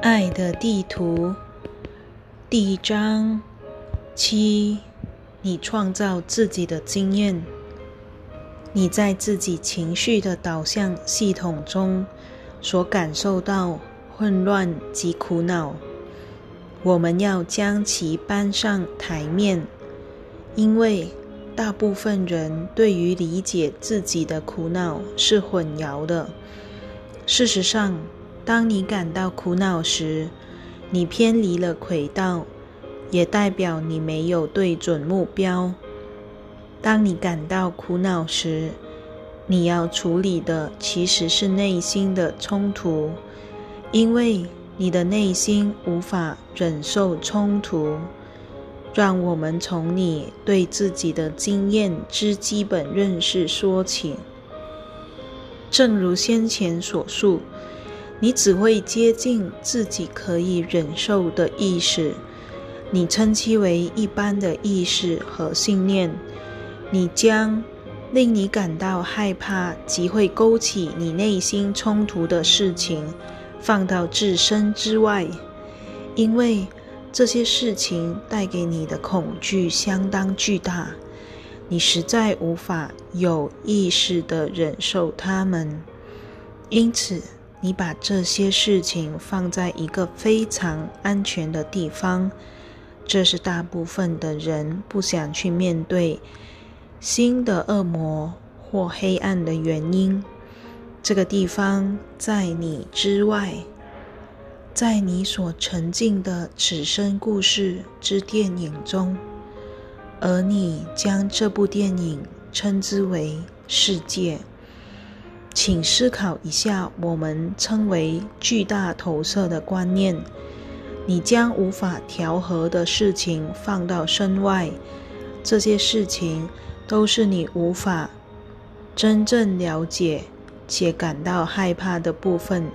爱的地图第1章7，你创造自己的经验。你在自己情绪的导向系统中所感受到混乱及苦恼，我们要将其搬上台面，因为大部分人对于理解自己的苦恼是混淆的。事实上，当你感到苦恼时，你偏离了轨道，也代表你没有对准目标。当你感到苦恼时，你要处理的其实是内心的冲突，因为你的内心无法忍受冲突。让我们从你对自己的经验之基本认识说起。正如先前所述，你只会接近自己可以忍受的意识，你称其为一般的意识和信念。你将令你感到害怕及会勾起你内心冲突的事情放到自身之外，因为这些事情带给你的恐惧相当巨大，你实在无法有意识地忍受它们。因此你把这些事情放在一个非常安全的地方，这是大部分的人不想去面对新的恶魔或黑暗的原因。这个地方在你之外，在你所沉浸的此生故事之电影中，而你将这部电影称之为世界。请思考一下我们称为巨大投射的观念。你将无法调和的事情放到身外，这些事情都是你无法真正了解且感到害怕的部分。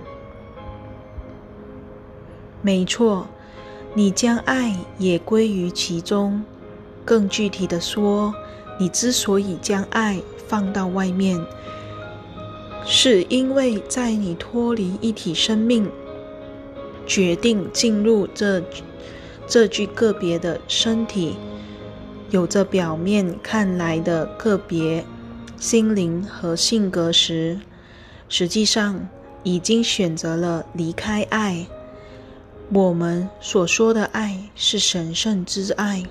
没错，你将爱也归于其中。更具体的说，你之所以将爱放到外面，是因为在你脱离一体生命，决定进入这具个别的身体，有着表面看来的个别心灵和性格时，实际上已经选择了离开爱。我们所说的爱是神圣之爱，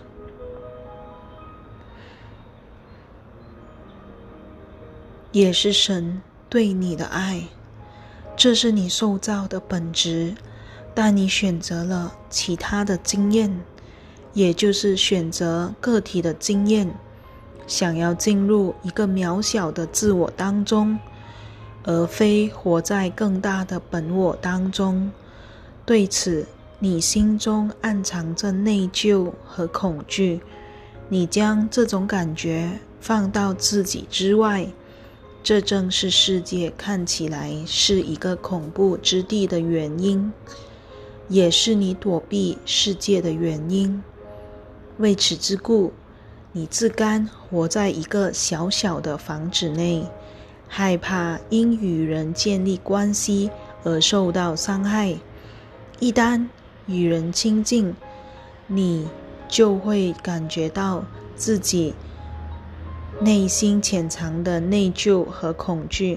也是神对你的爱，这是你受造的本质。但你选择了其他的经验，也就是选择个体的经验，想要进入一个渺小的自我当中，而非活在更大的本我当中。对此，你心中暗藏着内疚和恐惧，你将这种感觉放到自己之外，这正是世界看起来是一个恐怖之地的原因，也是你躲避世界的原因。为此之故，你自甘活在一个小小的房子内，害怕因与人建立关系而受到伤害。一旦与人亲近，你就会感觉到自己内心潜藏的内疚和恐惧。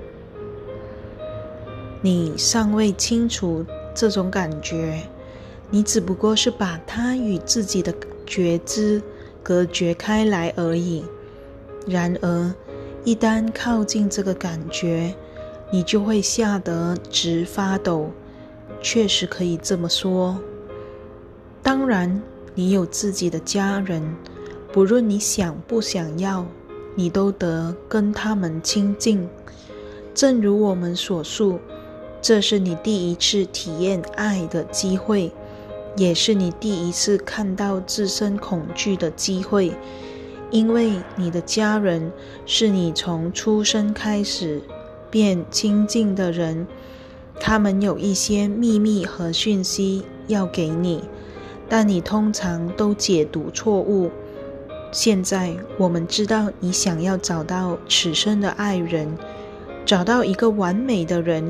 你尚未清楚这种感觉，你只不过是把它与自己的觉知隔绝开来而已。然而，一旦靠近这个感觉，你就会吓得直发抖，确实可以这么说。当然，你有自己的家人，不论你想不想要，你都得跟他们亲近。正如我们所述，这是你第一次体验爱的机会，也是你第一次看到自身恐惧的机会，因为你的家人是你从出生开始便亲近的人，他们有一些秘密和讯息要给你，但你通常都解读错误。现在我们知道你想要找到此生的爱人，找到一个完美的人，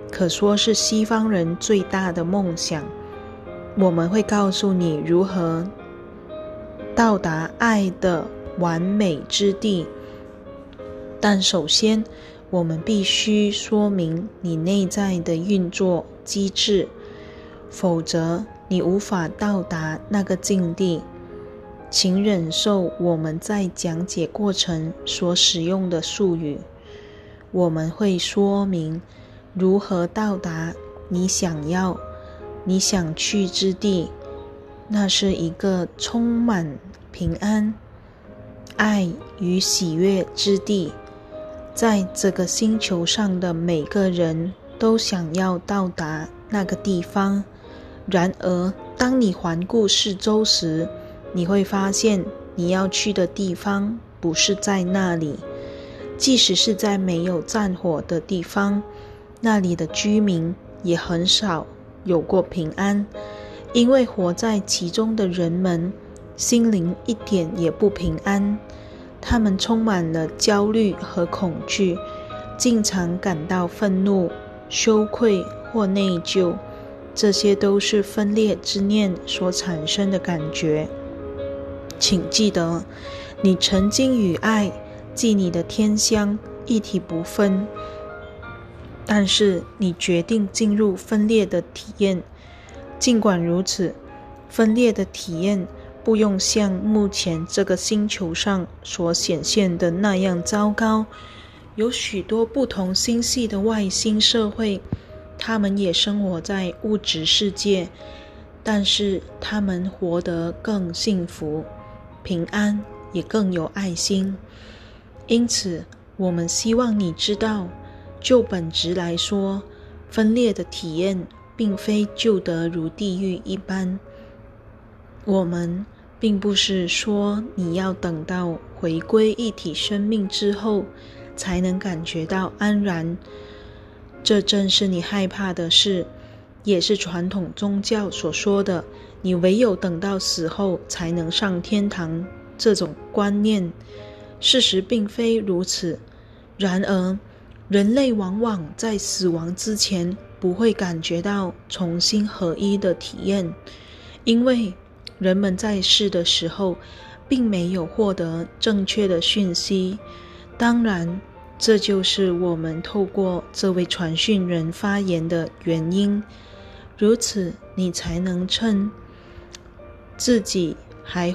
可说是西方人最大的梦想。我们会告诉你如何到达爱的完美之地，但首先我们必须说明你内在的运作机制，否则你无法到达那个境地。请忍受我们在讲解过程所使用的术语。我们会说明如何到达你想去之地，那是一个充满平安、爱与喜悦之地。在这个星球上的每个人都想要到达那个地方。然而，当你环顾四周时，你会发现你要去的地方不是在那里。即使是在没有战火的地方，那里的居民也很少有过平安，因为活在其中的人们心灵一点也不平安，他们充满了焦虑和恐惧，经常感到愤怒、羞愧或内疚，这些都是分裂之念所产生的感觉。请记得，你曾经与爱，即你的天香，一体不分，但是你决定进入分裂的体验。尽管如此，分裂的体验不用像目前这个星球上所显现的那样糟糕。有许多不同星系的外星社会，他们也生活在物质世界，但是他们活得更幸福、平安，也更有爱心。因此，我们希望你知道，就本质来说，分裂的体验并非旧得如地狱一般。我们并不是说你要等到回归一体生命之后才能感觉到安然，这正是你害怕的事，也是传统宗教所说的你唯有等到死后才能上天堂这种观念。事实并非如此。然而，人类往往在死亡之前不会感觉到重新合一的体验，因为人们在世的时候并没有获得正确的讯息。当然，这就是我们透过这位传讯人发言的原因。如此，你才能趁自己还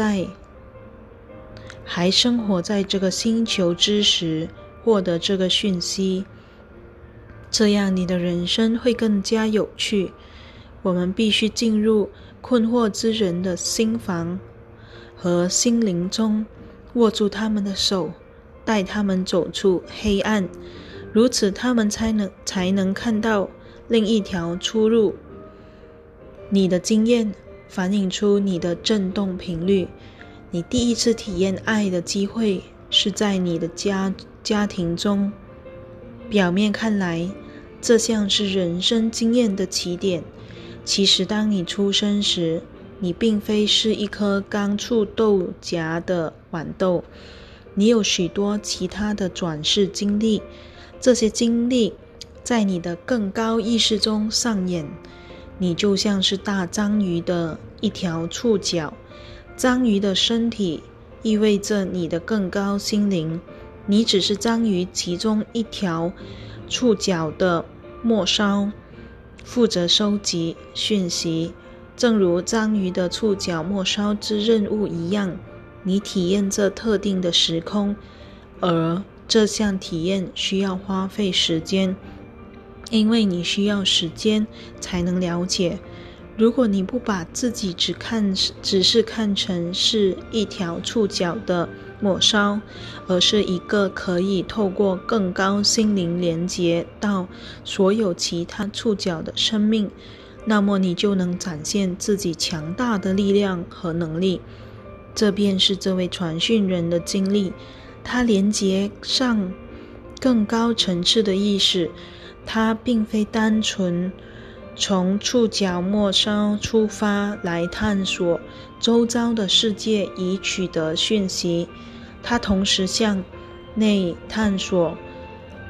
生活在这个星球之时，获得这个讯息，这样你的人生会更加有趣。我们必须进入困惑之人的心房和心灵中，握住他们的手，带他们走出黑暗，如此他们才能看到另一条出路。你的经验反映出你的振动频率。你第一次体验爱的机会是在你的家庭中。表面看来，这像是人生经验的起点。其实当你出生时，你并非是一颗刚触豆荚的豌豆，你有许多其他的转世经历，这些经历在你的更高意识中上演。你就像是大章鱼的一条触角，章鱼的身体意味着你的更高心灵，你只是章鱼其中一条触角的末梢，负责收集讯息。正如章鱼的触角末梢之任务一样，你体验这特定的时空，而这项体验需要花费时间，因为你需要时间才能了解。如果你不把自己只是看成是一条触角的末梢，而是一个可以透过更高心灵连接到所有其他触角的生命，那么你就能展现自己强大的力量和能力。这便是这位传讯人的经历，他连接上更高层次的意识，他并非单纯从触角末梢出发来探索周遭的世界以取得讯息，他同时向内探索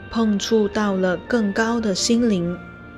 碰触到了更高的心灵，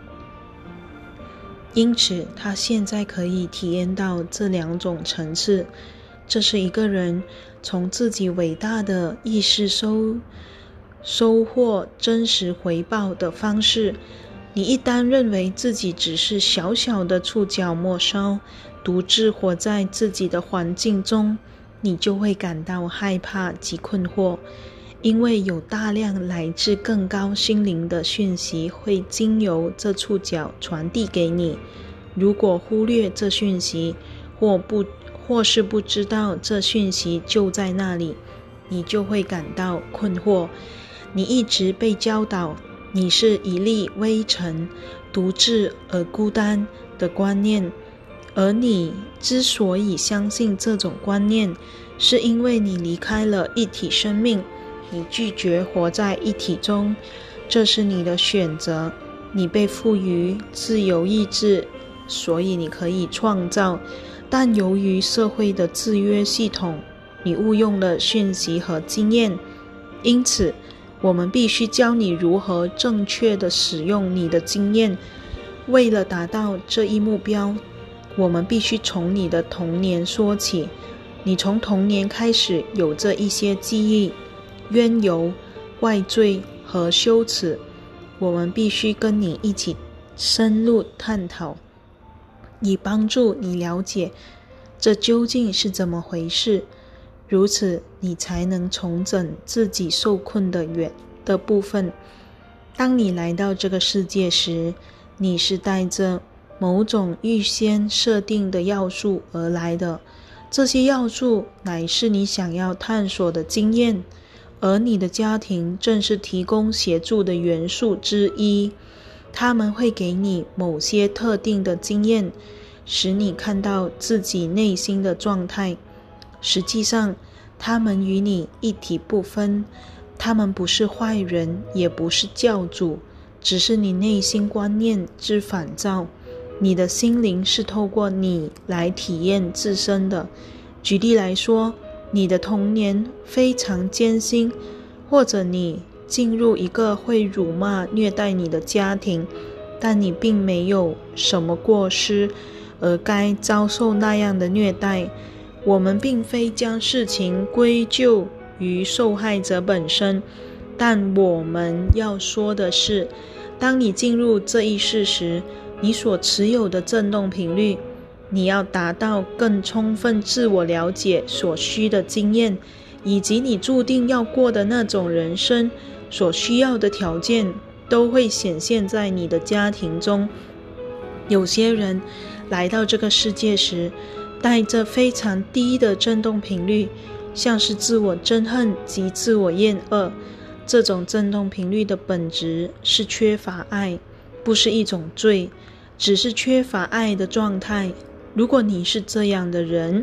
因此他现在可以体验到这两种层次。这是一个人从自己伟大的意识收获真实回报的方式。你一旦认为自己只是小小的触角末梢，独自活在自己的环境中，你就会感到害怕及困惑，因为有大量来自更高心灵的讯息会经由这触角传递给你。如果忽略这讯息，或是不知道这讯息就在那里，你就会感到困惑。你一直被教导你是一粒微尘，独自而孤单的观念，而你之所以相信这种观念，是因为你离开了一体生命，你拒绝活在一体中，这是你的选择。你被赋予自由意志，所以你可以创造，但由于社会的制约系统，你误用了讯息和经验。因此我们必须教你如何正确地使用你的经验。为了达到这一目标，我们必须从你的童年说起。你从童年开始有着一些记忆、冤由、外罪和羞耻。我们必须跟你一起深入探讨，以帮助你了解这究竟是怎么回事。如此你才能重整自己受困的部分。当你来到这个世界时，你是带着某种预先设定的要素而来的，这些要素乃是你想要探索的经验，而你的家庭正是提供协助的元素之一。他们会给你某些特定的经验，使你看到自己内心的状态。实际上他们与你一体不分，他们不是坏人，也不是教主，只是你内心观念之反照。你的心灵是透过你来体验自身的。举例来说，你的童年非常艰辛，或者你进入一个会辱骂虐待你的家庭，但你并没有什么过失而该遭受那样的虐待。我们并非将事情归咎于受害者本身，但我们要说的是，当你进入这一世时，你所持有的振动频率，你要达到更充分自我了解所需的经验，以及你注定要过的那种人生所需要的条件，都会显现在你的家庭中。有些人来到这个世界时，带着非常低的振动频率，像是自我憎恨及自我厌恶。这种振动频率的本质是缺乏爱，不是一种罪，只是缺乏爱的状态。如果你是这样的人，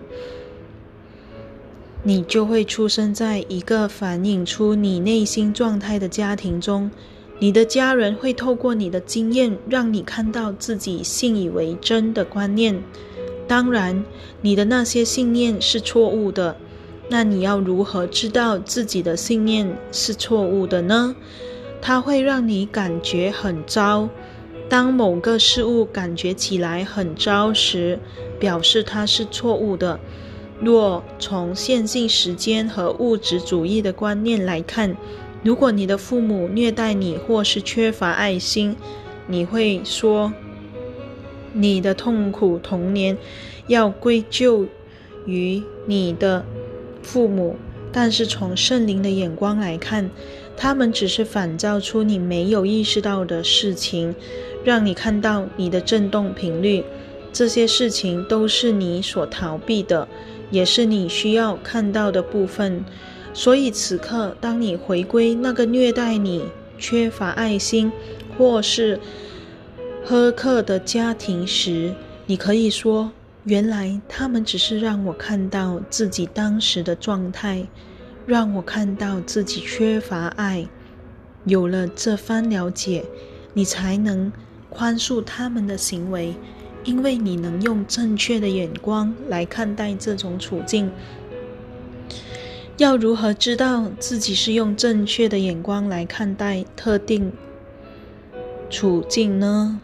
你就会出生在一个反映出你内心状态的家庭中。你的家人会透过你的经验，让你看到自己信以为真的观念。当然，你的那些信念是错误的。那你要如何知道自己的信念是错误的呢？它会让你感觉很糟。当某个事物感觉起来很糟时，表示它是错误的。若从线性时间和物质主义的观念来看，如果你的父母虐待你或是缺乏爱心，你会说你的痛苦童年要归咎于你的父母。但是从圣灵的眼光来看，他们只是反照出你没有意识到的事情，让你看到你的振动频率。这些事情都是你所逃避的，也是你需要看到的部分。所以此刻当你回归那个虐待你、缺乏爱心或是苛刻的家庭时，你可以说，原来他们只是让我看到自己当时的状态，让我看到自己缺乏爱。有了这番了解，你才能宽恕他们的行为，因为你能用正确的眼光来看待这种处境。 要如何知道自己是用正确的眼光来看待特定处境呢？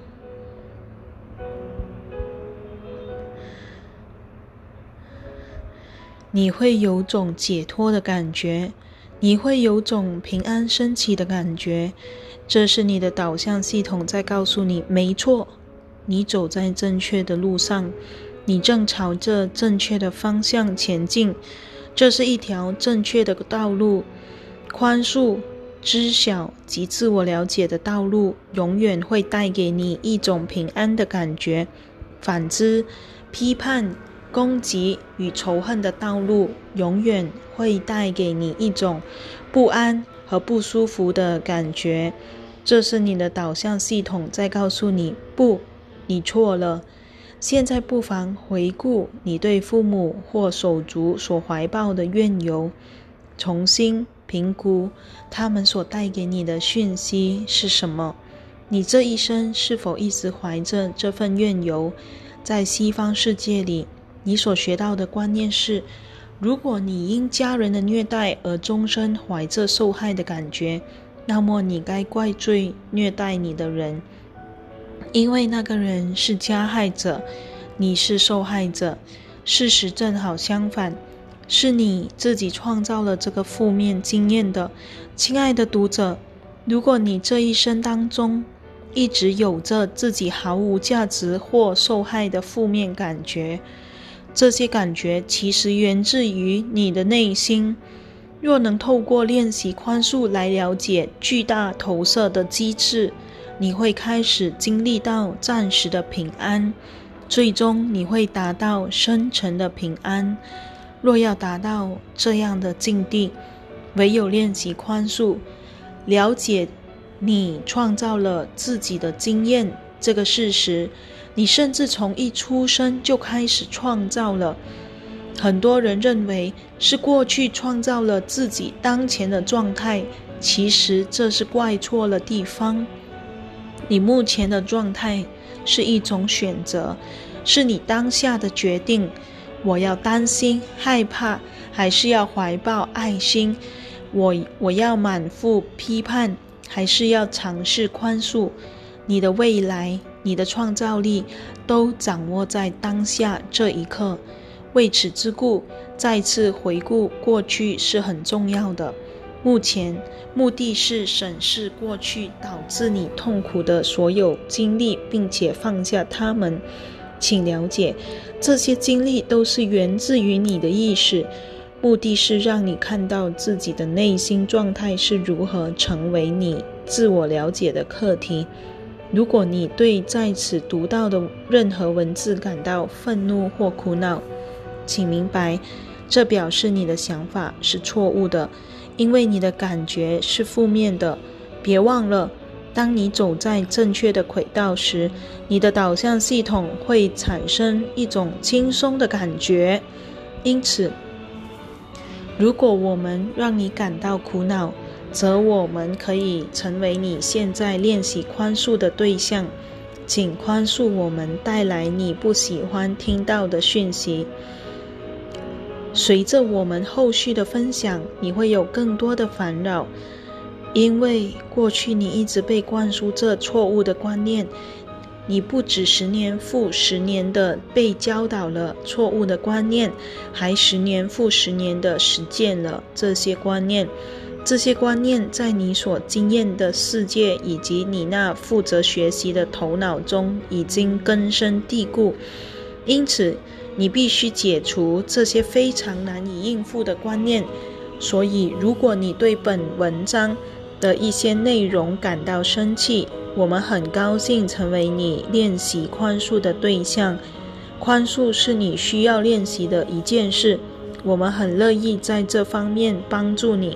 你会有种解脱的感觉，你会有种平安升起的感觉，这是你的导向系统在告诉你，没错，你走在正确的路上，你正朝着正确的方向前进，这是一条正确的道路。宽恕、知晓及自我了解的道路永远会带给你一种平安的感觉，反之，批判、攻击与仇恨的道路永远会带给你一种不安和不舒服的感觉。这是你的导向系统在告诉你，不，你错了。现在不妨回顾你对父母或手足所怀抱的怨尤，重新评估他们所带给你的讯息是什么。你这一生是否一直怀着这份怨尤？在西方世界里，你所学到的观念是，如果你因家人的虐待而终身怀着受害的感觉，那么你该怪罪虐待你的人，因为那个人是加害者，你是受害者。事实正好相反，是你自己创造了这个负面经验的。亲爱的读者，如果你这一生当中一直有着自己毫无价值或受害的负面感觉，这些感觉其实源自于你的内心。若能透过练习宽恕来了解巨大投射的机制，你会开始经历到暂时的平安，最终你会达到深层的平安。若要达到这样的境地，唯有练习宽恕，了解你创造了自己的经验这个事实，你甚至从一出生就开始创造了。很多人认为是过去创造了自己当前的状态，其实这是怪错了地方。你目前的状态是一种选择，是你当下的决定。我要担心、害怕，还是要怀抱爱心？我要满腹批判，还是要尝试宽恕？你的未来，你的创造力，都掌握在当下这一刻。为此之故，再次回顾过去是很重要的。目前，目的是审视过去导致你痛苦的所有经历，并且放下它们。请了解，这些经历都是源自于你的意识，目的是让你看到自己的内心状态是如何成为你自我了解的课题。如果你对在此读到的任何文字感到愤怒或苦恼，请明白，这表示你的想法是错误的，因为你的感觉是负面的。别忘了，当你走在正确的轨道时，你的导向系统会产生一种轻松的感觉。因此，如果我们让你感到苦恼，则我们可以成为你现在练习宽恕的对象。请宽恕我们带来你不喜欢听到的讯息。随着我们后续的分享，你会有更多的烦扰，因为过去你一直被灌输这错误的观念，你不止10年复10年的被教导了错误的观念，还10年复10年的实践了这些观念。这些观念在你所经验的世界以及你那负责学习的头脑中已经根深蒂固，因此你必须解除这些非常难以应付的观念。所以如果你对本文章的一些内容感到生气，我们很高兴成为你练习宽恕的对象。宽恕是你需要练习的一件事，我们很乐意在这方面帮助你。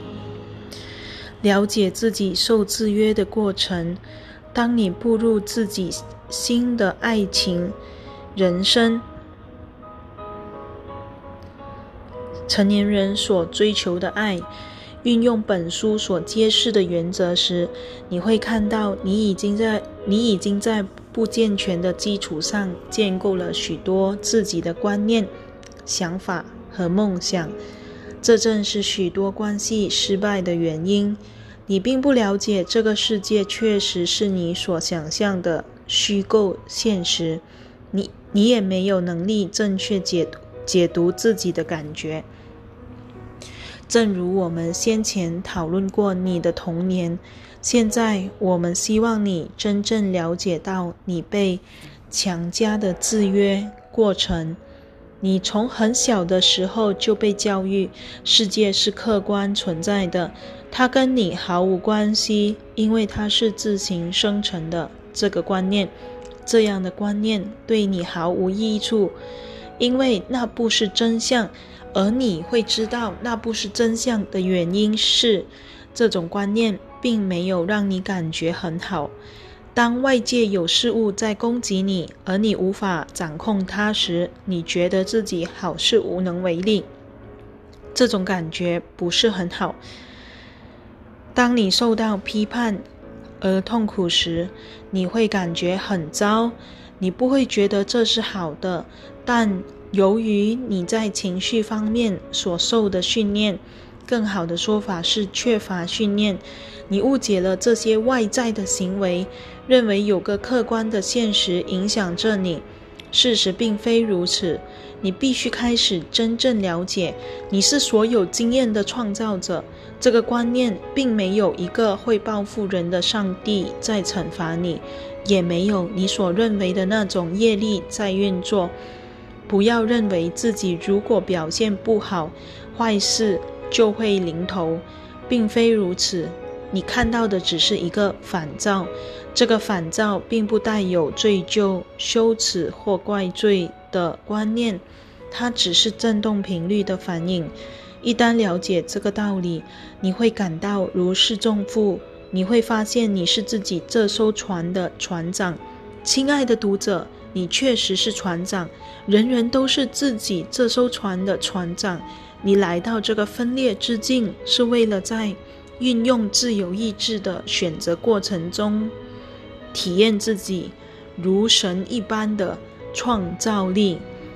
了解自己受制约的过程，当你步入自己新的爱情、人生、成年人所追求的爱，运用本书所揭示的原则时，你会看到你已经在不健全的基础上建构了许多自己的观念、想法和梦想。 这正是许多关系失败的原因。你并不了解这个世界确实是你所想象的虚构现实，你也没有能力正确解读自己的感觉。正如我们先前讨论过你的童年，现在我们希望你真正了解到你被强加的制约过程。你从很小的时候就被教育，世界是客观存在的，它跟你毫无关系，因为它是自行生成的。这个观念，这样的观念对你毫无益处，因为那不是真相，而你会知道那不是真相的原因是，这种观念并没有让你感觉很好。当外界有事物在攻击你，而你无法掌控它时，你觉得自己好似无能为力。这种感觉不是很好。当你受到批判而痛苦时，你会感觉很糟，你不会觉得这是好的，但由于你在情绪方面所受的训练，更好的说法是缺乏训练，你误解了这些外在的行为，认为有个客观的现实影响着你。事实并非如此，你必须开始真正了解，你是所有经验的创造者。这个观念并没有一个会报复人的上帝在惩罚你，也没有你所认为的那种业力在运作。不要认为自己如果表现不好，坏事就会临头，并非如此。你看到的只是一个反照，这个反照并不带有罪疚、羞耻或怪罪的观念，它只是振动频率的反应。一旦了解这个道理，你会感到如释重负，你会发现你是自己这艘船的船长。亲爱的读者，你确实是船长，人人都是自己这艘船的船长。你来到这个分裂之境，是为了在运用自由意志的选择过程中，体验自己如神一般的创造力。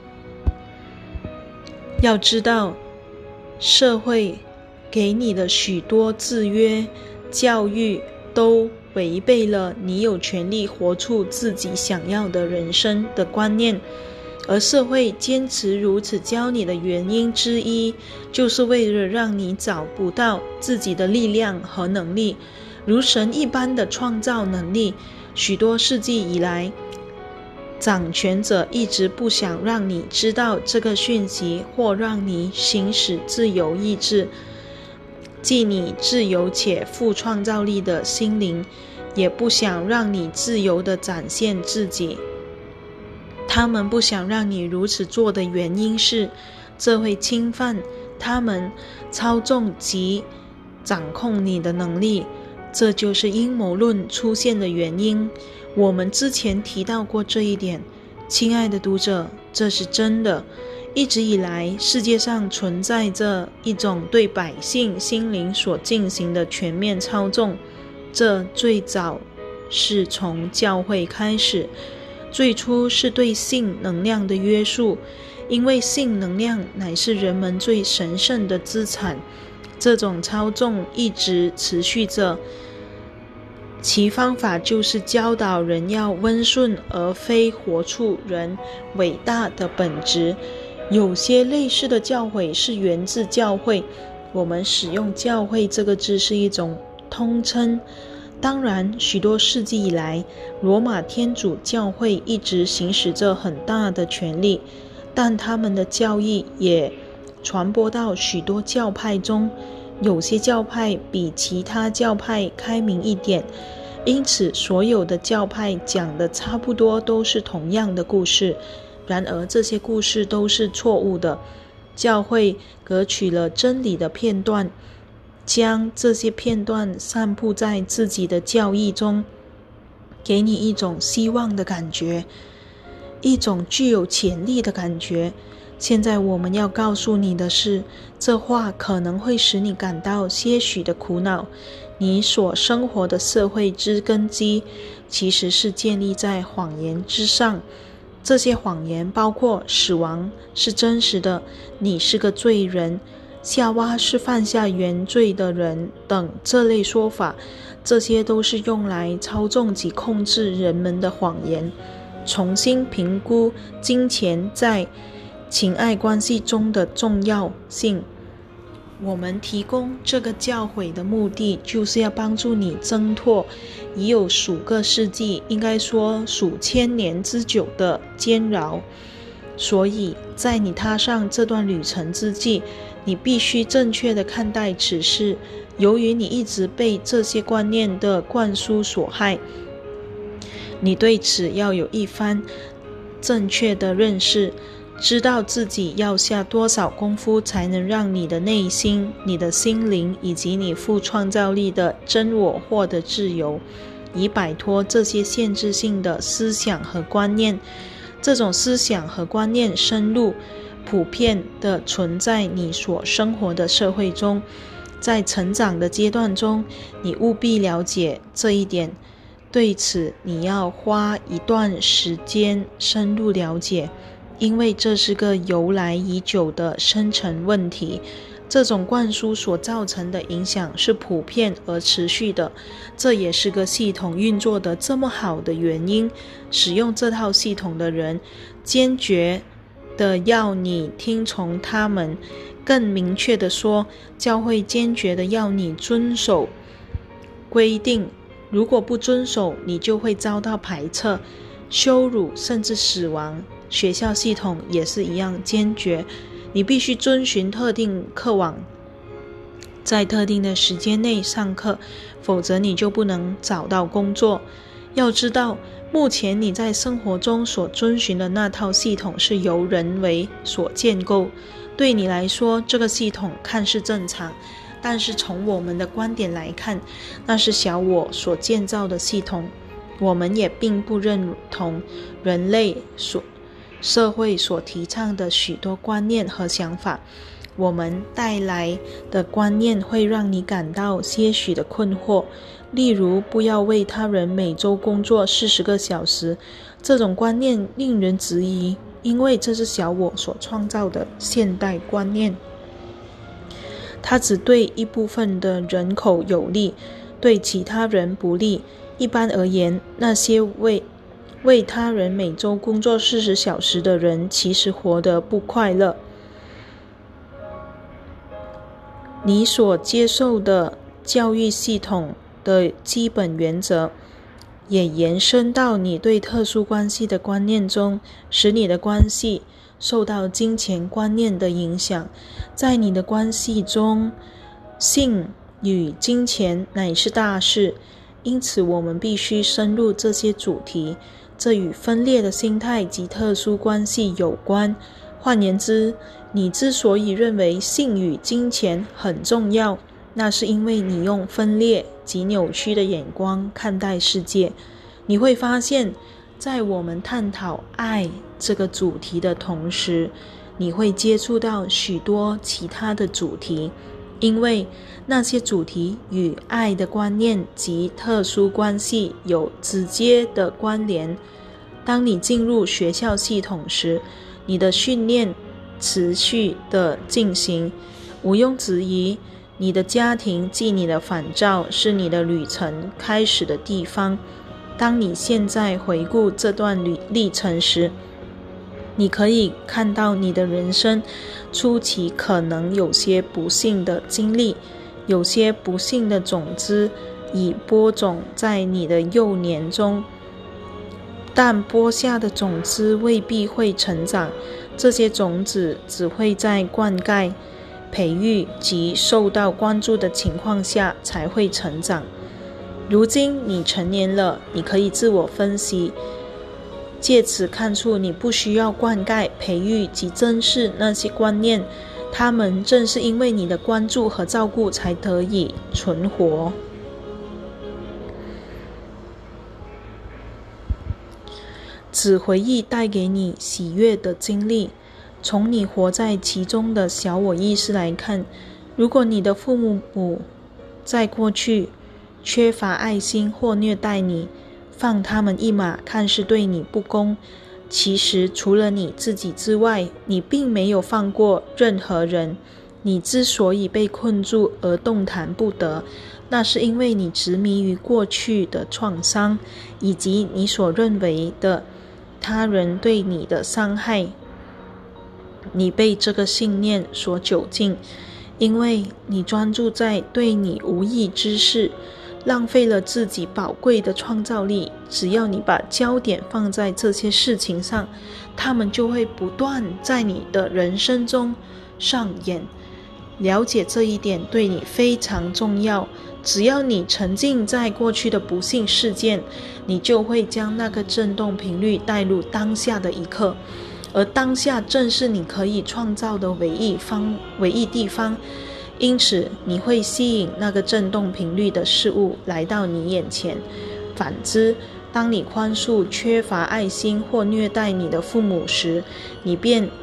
要知道，社会给你的许多制约、教育都违背了你有权利活出自己想要的人生的观念，而社会坚持如此教你的原因之一，就是为了让你找不到自己的力量和能力，如神一般的创造能力。许多世纪以来，掌权者一直不想让你知道这个讯息，或让你行使自由意志，即你自由且富创造力的心灵，也不想让你自由地展现自己。他们不想让你如此做的原因是，这会侵犯他们操纵及掌控你的能力。这就是阴谋论出现的原因。我们之前提到过这一点，亲爱的读者，这是真的。一直以来，世界上存在着一种对百姓心灵所进行的全面操纵，这最早是从教会开始，最初是对性能量的约束，因为性能量乃是人们最神圣的资产。这种操纵一直持续着，其方法就是教导人要温顺，而非活出人伟大的本质。有些类似的教诲是源自教会，我们使用教会这个字是一种通称。当然，许多世纪以来，罗马天主教会一直行使着很大的权力，但他们的教义也传播到许多教派中。有些教派比其他教派开明一点，因此所有的教派讲的差不多都是同样的故事。然而这些故事都是错误的。教会革取了真理的片段，将这些片段散布在自己的教义中，给你一种希望的感觉，一种具有潜力的感觉。现在我们要告诉你的是，这话可能会使你感到些许的苦恼。你所生活的社会之根基其实是建立在谎言之上。这些谎言包括死亡是真实的，你是个罪人， 夏娃是犯下原罪的人等这类说法，这些都是用来操纵及控制人们的谎言。重新评估金钱在情爱关系中的重要性。我们提供这个教诲的目的，就是要帮助你挣脱已有数个世纪，应该说数千年之久的监牢。所以在你踏上这段旅程之际，你必须正确地看待此事。由于你一直被这些观念的灌输所害，你对此要有一番正确的认识，知道自己要下多少功夫才能让你的内心、你的心灵以及你富创造力的真我获得自由，以摆脱这些限制性的思想和观念。这种思想和观念深入普遍地存在你所生活的社会中，在成长的阶段中，你务必了解这一点。对此，你要花一段时间深入了解，因为这是个由来已久的深层问题。这种灌输所造成的影响是普遍而持续的，这也是个系统运作得这么好的原因。使用这套系统的人坚决的要你听从他们，更明确的说，教会坚决的要你遵守规定。如果不遵守，你就会遭到排斥、羞辱，甚至死亡。学校系统也是一样坚决，你必须遵循特定课网，在特定的时间内上课，否则你就不能找到工作。要知道，目前你在生活中所遵循的那套系统是由人为所建构，对你来说，这个系统看似正常，但是从我们的观点来看，那是小我所建造的系统。我们也并不认同人类社会所提倡的许多观念和想法。我们带来的观念会让你感到些许的困惑，例如不要为他人每周工作40个小时。这种观念令人质疑，因为这是小我所创造的现代观念，它只对一部分的人口有利，对其他人不利。一般而言，那些为他人每周工作40小时的人其实活得不快乐。你所接受的教育系统的基本原则也延伸到你对特殊关系的观念中，使你的关系受到金钱观念的影响。在你的关系中，性与金钱乃是大事，因此我们必须深入这些主题。这与分裂的心态及特殊关系有关。换言之，你之所以认为性与金钱很重要，那是因为你用分裂及扭曲的眼光看待世界。你会发现，在我们探讨爱这个主题的同时，你会接触到许多其他的主题，因为那些主题与爱的观念及特殊关系有直接的关联。当你进入学校系统时，你的训练持续的进行。毋庸置疑，你的家庭即你的反照，是你的旅程开始的地方。当你现在回顾这段历程时，你可以看到你的人生初期可能有些不幸的经历，有些不幸的种子已播种在你的幼年中，但播下的种子未必会成长，这些种子只会在灌溉、培育及受到关注的情况下才会成长。如今你成年了，你可以自我分析，借此看出你不需要灌溉、培育及珍视那些观念，它们正是因为你的关注和照顾才得以存活。只回忆带给你喜悦的经历。从你活在其中的小我意识来看，如果你的父母在过去缺乏爱心或虐待你，放他们一马看似对你不公，其实除了你自己之外，你并没有放过任何人。 你之所以被困住而动弹不得，那是因为你执迷于过去的创伤，以及你所认为的他人对你的伤害。你被这个信念所囚禁，因为你专注在对你无益之事，浪费了自己宝贵的创造力。只要你把焦点放在这些事情上，它们就会不断在你的人生中上演。了解这一点对你非常重要。只要你沉浸在过去的不幸事件，你就会将那个振动频率带入当下的一刻，而当下正是你可以创造的唯一地方。因此你会吸引那个振动频率的事物来到你眼前。反之，当你宽恕、缺乏爱心或虐待你的父母时，你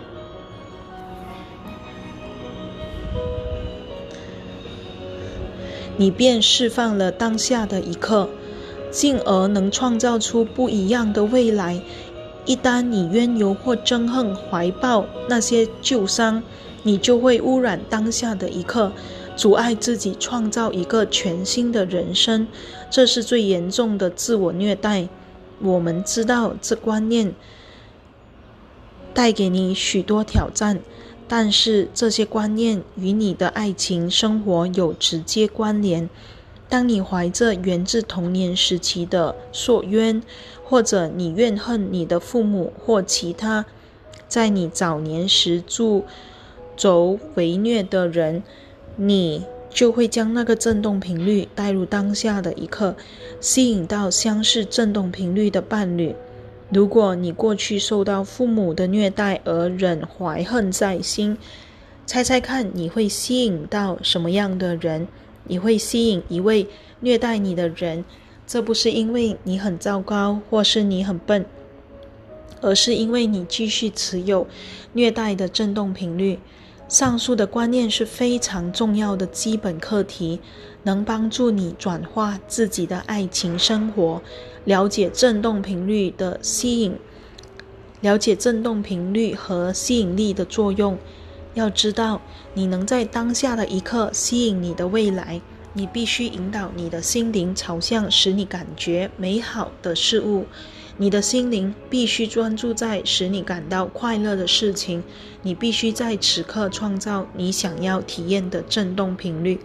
便释放了当下的一刻，进而能创造出不一样的未来。一旦你冤尤或憎恨怀抱那些旧伤，你就会污染当下的一刻，阻碍自己创造一个全新的人生。这是最严重的自我虐待。我们知道这观念带给你许多挑战，但是这些观念与你的爱情生活有直接关联。当你怀着源自童年时期的溯冤，或者你怨恨你的父母或其他在你早年时助纣为虐的人，你就会将那个振动频率带入当下的一刻，吸引到相似振动频率的伴侣。如果你过去受到父母的虐待而仍怀恨在心，猜猜看你会吸引到什么样的人？你会吸引一位虐待你的人。这不是因为你很糟糕或是你很笨，而是因为你继续持有虐待的振动频率。上述的观念是非常重要的基本课题，能帮助你转化自己的爱情生活。了解振动频率的吸引，了解振动频率和吸引力的作用。要知道，你能在当下的一刻吸引你的未来，你必须引导你的心灵朝向使你感觉美好的事物。你的心灵必须专注在使你感到快乐的事情，你必须在此刻创造你想要体验的振动频率。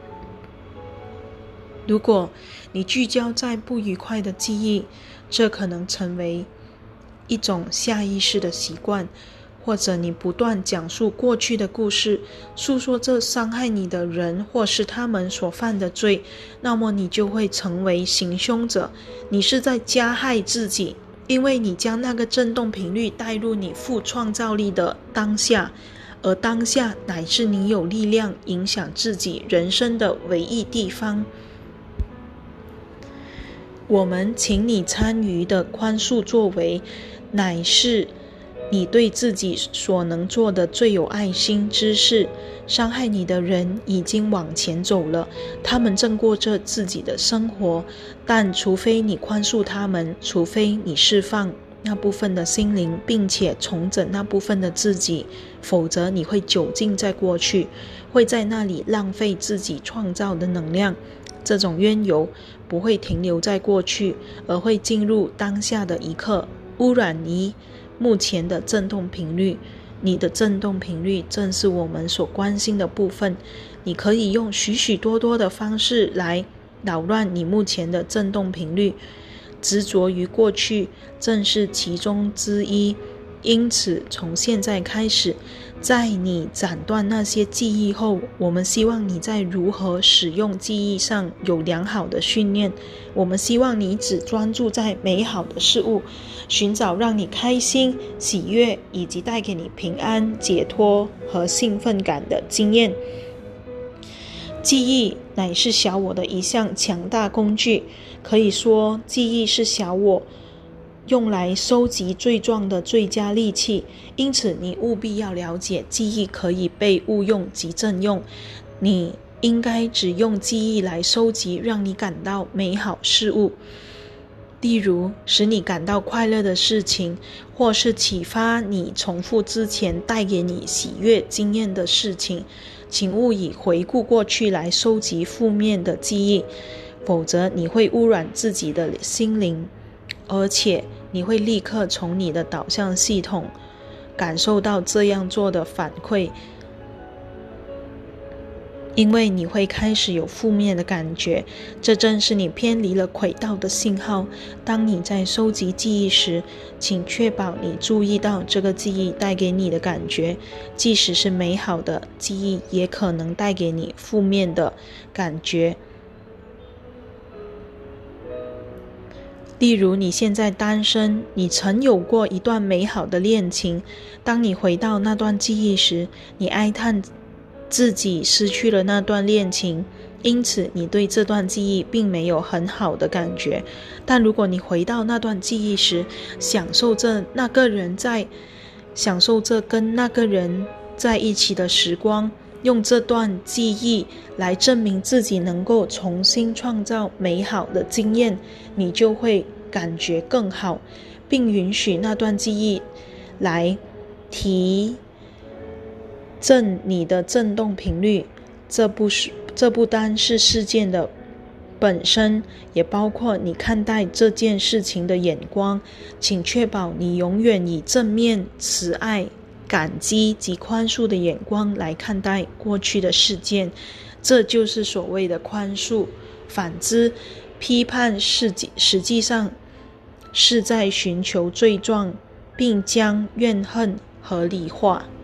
如果你聚焦在不愉快的记忆，这可能成为一种下意识的习惯，或者你不断讲述过去的故事，诉说这伤害你的人或是他们所犯的罪，那么你就会成为行凶者。你是在加害自己，因为你将那个振动频率带入你富创造力的当下，而当下乃是你有力量影响自己人生的唯一地方。我们请你参与的宽恕作为，乃是你对自己所能做的最有爱心之事。伤害你的人已经往前走了，他们正过着自己的生活，但除非你宽恕他们，除非你释放那部分的心灵，并且重整那部分的自己，否则你会久浸在过去，会在那里浪费自己创造的能量。这种冤尤不会停留在过去，而会进入当下的一刻，污染你目前的振动频率。你的振动频率正是我们所关心的部分。你可以用许许多多的方式来扰乱你目前的振动频率，执着于过去正是其中之一。因此从现在开始，在你斩断那些记忆后，我们希望你在如何使用记忆上有良好的训练。我们希望你只专注在美好的事物，寻找让你开心、喜悦以及带给你平安、解脱和兴奋感的经验。记忆乃是小我的一项强大工具，可以说记忆是小我用来收集罪状的最佳利器。因此你务必要了解，记忆可以被误用及正用。你应该只用记忆来收集让你感到美好事物。 例如使你感到快乐的事情，或是启发你重复之前带给你喜悦经验的事情，请勿以回顾过去来收集负面的记忆，否则你会污染自己的心灵，而且你会立刻从你的导向系统感受到这样做的反馈，因为你会开始有负面的感觉，这正是你偏离了轨道的信号。当你在收集记忆时，请确保你注意到这个记忆带给你的感觉，即使是美好的记忆，也可能带给你负面的感觉。例如你现在单身，你曾有过一段美好的恋情，当你回到那段记忆时，你哀叹自己失去了那段恋情，因此你对这段记忆并没有很好的感觉。但如果你回到那段记忆时，享受着跟那个人在一起的时光，用这段记忆来证明自己能够重新创造美好的经验，你就会感觉更好，并允许那段记忆来提振你的振动频率。这不单是事件的本身，也包括你看待这件事情的眼光。请确保你永远以正面、慈爱、感激及宽恕的眼光来看待过去的事件，这就是所谓的宽恕。反之，批判实际上是在寻求罪状，并将怨恨合理化。